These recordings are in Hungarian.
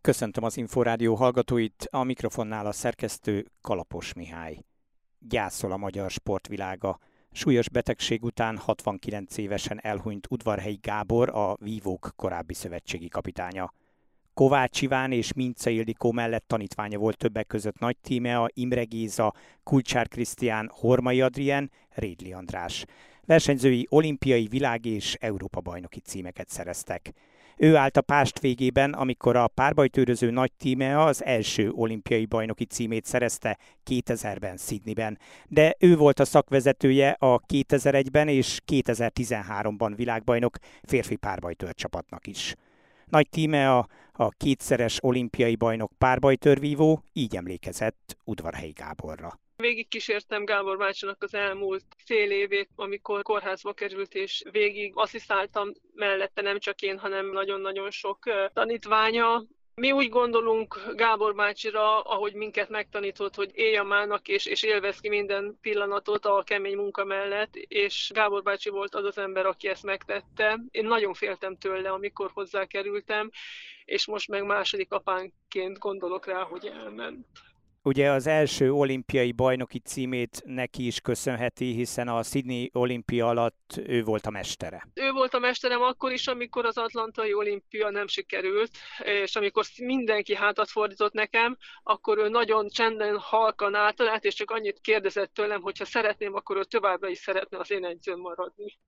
Köszöntöm az Inforádió hallgatóit, a mikrofonnál a szerkesztő Kalapos Mihály. Gyászol a magyar sportvilága. Súlyos betegség után 69 évesen elhunyt Udvarhelyi Gábor, a vívók korábbi szövetségi kapitánya. Kovács Iván és Mincze Ildikó mellett tanítványa volt többek között Nagy Tímea, Imre Géza, Kulcsár Krisztián, Hormai Adrien, Rédli András. Versenyzői olimpiai, világ- és Európa-bajnoki címeket szereztek. Ő állt a pást végében, amikor a párbajtőröző Nagy Tímea az első olimpiai bajnoki címét szerezte 2000-ben Sydneyben. De ő volt a szakvezetője a 2001-ben és 2013-ban világbajnok férfi párbajtőr csapatnak is. Nagy Tímea, a kétszeres olimpiai bajnok párbajtőrvívó így emlékezett Udvarhelyi Gáborra. Végig kísértem Gábor bácsinak az elmúlt fél évét, amikor kórházba került, és végig asszisztáltam mellette, nem csak én, hanem nagyon-nagyon sok tanítványa. Mi úgy gondolunk Gábor bácsira, ahogy minket megtanított, hogy élj a mának, és élvezd ki minden pillanatot a kemény munka mellett, és Gábor bácsi volt az az ember, aki ezt megtette. Én nagyon féltem tőle, amikor hozzá kerültem, és most meg második apánként gondolok rá, hogy elment. Ugye az első olimpiai bajnoki címét neki is köszönheti, hiszen a Sydney olimpia alatt ő volt a mestere. Ő volt a mesterem akkor is, amikor az atlantai olimpia nem sikerült, és amikor mindenki hátat fordított nekem, akkor ő nagyon csenden, halkan állt át, és csak annyit kérdezett tőlem, hogy ha szeretném, akkor ő továbbra is szeretne az én edzőm maradni.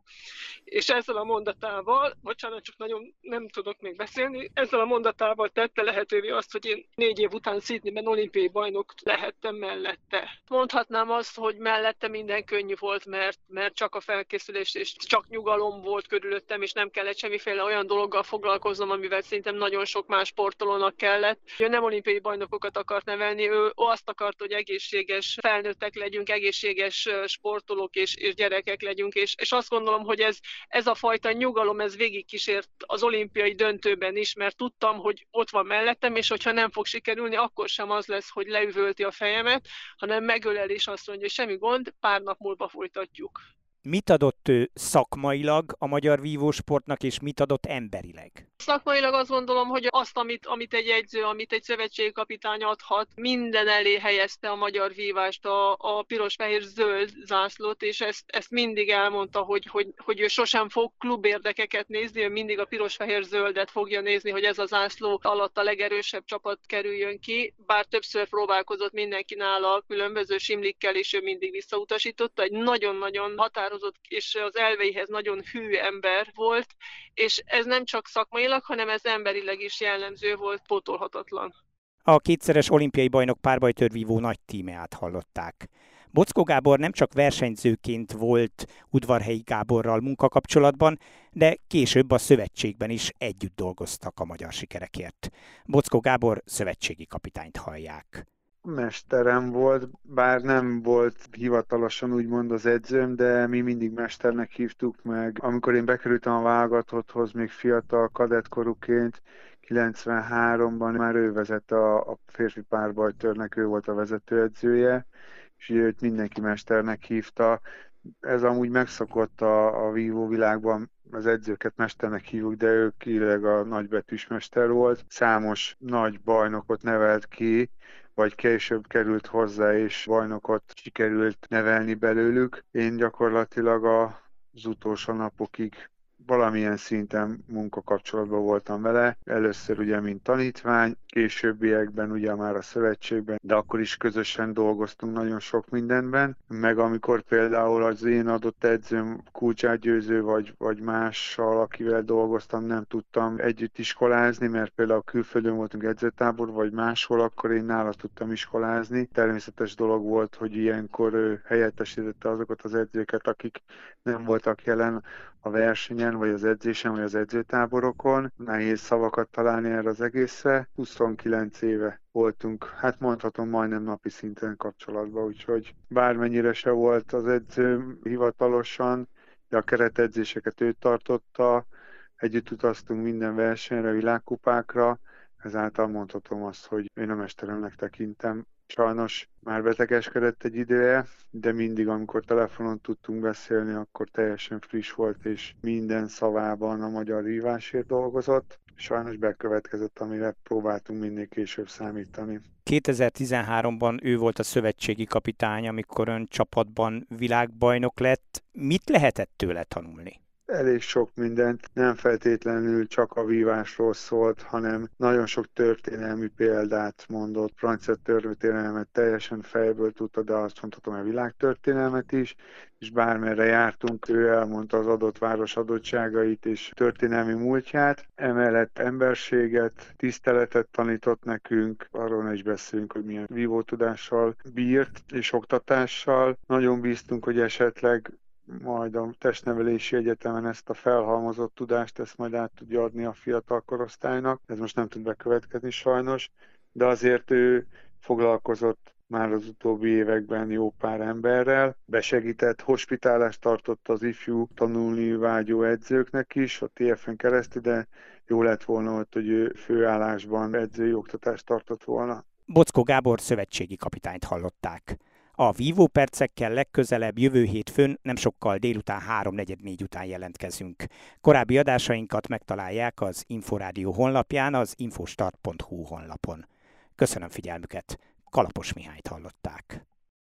És ezzel a mondatával, bocsánat, csak nagyon nem tudok még beszélni, ezzel a mondatával tette lehetővé azt, hogy én 4 év után Sydneyben olimpiai bajnok lehettem mellette. Mondhatnám azt, hogy mellette minden könnyű volt, mert csak a felkészülés és csak nyugalom volt körülöttem, és nem kellett semmiféle olyan dologgal foglalkoznom, amivel szerintem nagyon sok más sportolónak kellett. Ő nem olimpiai bajnokokat akart nevelni, ő azt akart, hogy egészséges felnőttek legyünk, egészséges sportolók és gyerekek legyünk, és azt gondolom, hogy ez a fajta nyugalom, ez végigkísért az olimpiai döntőben is, mert tudtam, hogy ott van mellettem, és hogyha nem fog sikerülni, akkor sem az lesz, hogy leüvölti a fejemet, hanem megölel és azt mondja, hogy semmi gond, pár nap múlva folytatjuk. Mit adott ő szakmailag a magyar vívósportnak, és mit adott emberileg? Szakmailag azt gondolom, hogy azt, amit egy edző, amit egy szövetségi kapitány adhat, minden elé helyezte a magyar vívást, a piros-fehér-zöld zászlót, és ezt mindig elmondta, hogy ő sosem fog klubérdekeket nézni, ő mindig a piros-fehér-zöldet fogja nézni, hogy ez a zászló alatt a legerősebb csapat kerüljön ki, bár többször próbálkozott mindenki nála különböző simlikkel, és ő mindig visszautasította. Egy nagyon-nagyon határozott és az elveihez nagyon hű ember volt, és ez nem csak szakmailag, hanem ez emberileg is jellemző volt, pótolhatatlan. A kétszeres olimpiai bajnok párbajtőrvívó Nagy Tímeát hallották. Boczkó Gábor nem csak versenyzőként volt Udvarhelyi Gáborral munkakapcsolatban, de később a szövetségben is együtt dolgoztak a magyar sikerekért. Boczkó Gábor szövetségi kapitányt hallják. Mesterem volt, bár nem volt hivatalosan úgymond az edzőm, de mi mindig mesternek hívtuk meg. Amikor én bekerültem a válogatotthoz még fiatal kadettkorúként, 93-ban már ő vezette a férfi párbajtőrnek, ő volt a vezetőedzője, és őt mindenki mesternek hívta. Ez amúgy megszokott a vívó világban, az edzőket mesternek hívjuk, de ő kileg a nagybetűs mester volt. Számos nagy bajnokot nevelt ki, vagy később került hozzá, és bajnokot sikerült nevelni belőlük. Én gyakorlatilag az utolsó napokig valamilyen szinten munkakapcsolatban voltam vele. Először ugye mint tanítvány, későbbiekben ugye már a szövetségben, de akkor is közösen dolgoztunk nagyon sok mindenben. Meg amikor például az én adott edzőm Kulcsár Győző vagy mással, akivel dolgoztam, nem tudtam együtt iskolázni, mert például külföldön voltunk edzőtábor, vagy máshol, akkor én nála tudtam iskolázni. Természetes dolog volt, hogy ilyenkor ő helyettesítette azokat az edzőket, akik nem voltak jelen a versenyen, vagy az edzésen, vagy az edzőtáborokon. Nehéz szavakat találni erre az egészre. 29 éve voltunk, hát mondhatom majdnem napi szinten kapcsolatban, úgyhogy bármennyire se volt az edzőm hivatalosan, de a keretedzéseket ő tartotta, együtt utaztunk minden versenyre, világkupákra, ezáltal mondhatom azt, hogy én a mesteremnek tekintem. Sajnos már betegeskedett egy ideje, de mindig, amikor telefonon tudtunk beszélni, akkor teljesen friss volt, és minden szavában a magyar vívásért dolgozott. sajnos bekövetkezett, amire próbáltunk mindig később számítani. 2013-ban ő volt a szövetségi kapitány, amikor ön csapatban világbajnok lett. Mit lehetett tőle tanulni? Elég sok mindent, nem feltétlenül csak a vívásról szólt, hanem nagyon sok történelmi példát mondott, francia történelmet teljesen fejből tudta, de azt mondhatom, a világtörténelmet is, és bármerre jártunk, ő elmondta az adott város adottságait és történelmi múltját, emellett emberséget, tiszteletet tanított nekünk, arról ne is beszélünk, hogy milyen vívótudással bírt és oktatással. Nagyon bíztunk, hogy esetleg majd a testnevelési egyetemen ezt a felhalmozott tudást, ezt majd át tudja adni a fiatal korosztálynak. Ez most nem tud bekövetkezni sajnos, de azért ő foglalkozott már az utóbbi években jó pár emberrel, besegített, hospitálást tartott az ifjú tanulni vágyó edzőknek is, a TF-en keresztül, de jó lett volna, hogy ő főállásban edzői oktatást tartott volna. Boczkó Gábor szövetségi kapitányt hallották. A vívópercekkel legközelebb jövő hétfőn, nem sokkal délután 3:44 után jelentkezünk. Korábbi adásainkat megtalálják az Inforádió honlapján, az infostart.hu honlapon. Köszönöm figyelmüket, Kalapos Mihályt hallották.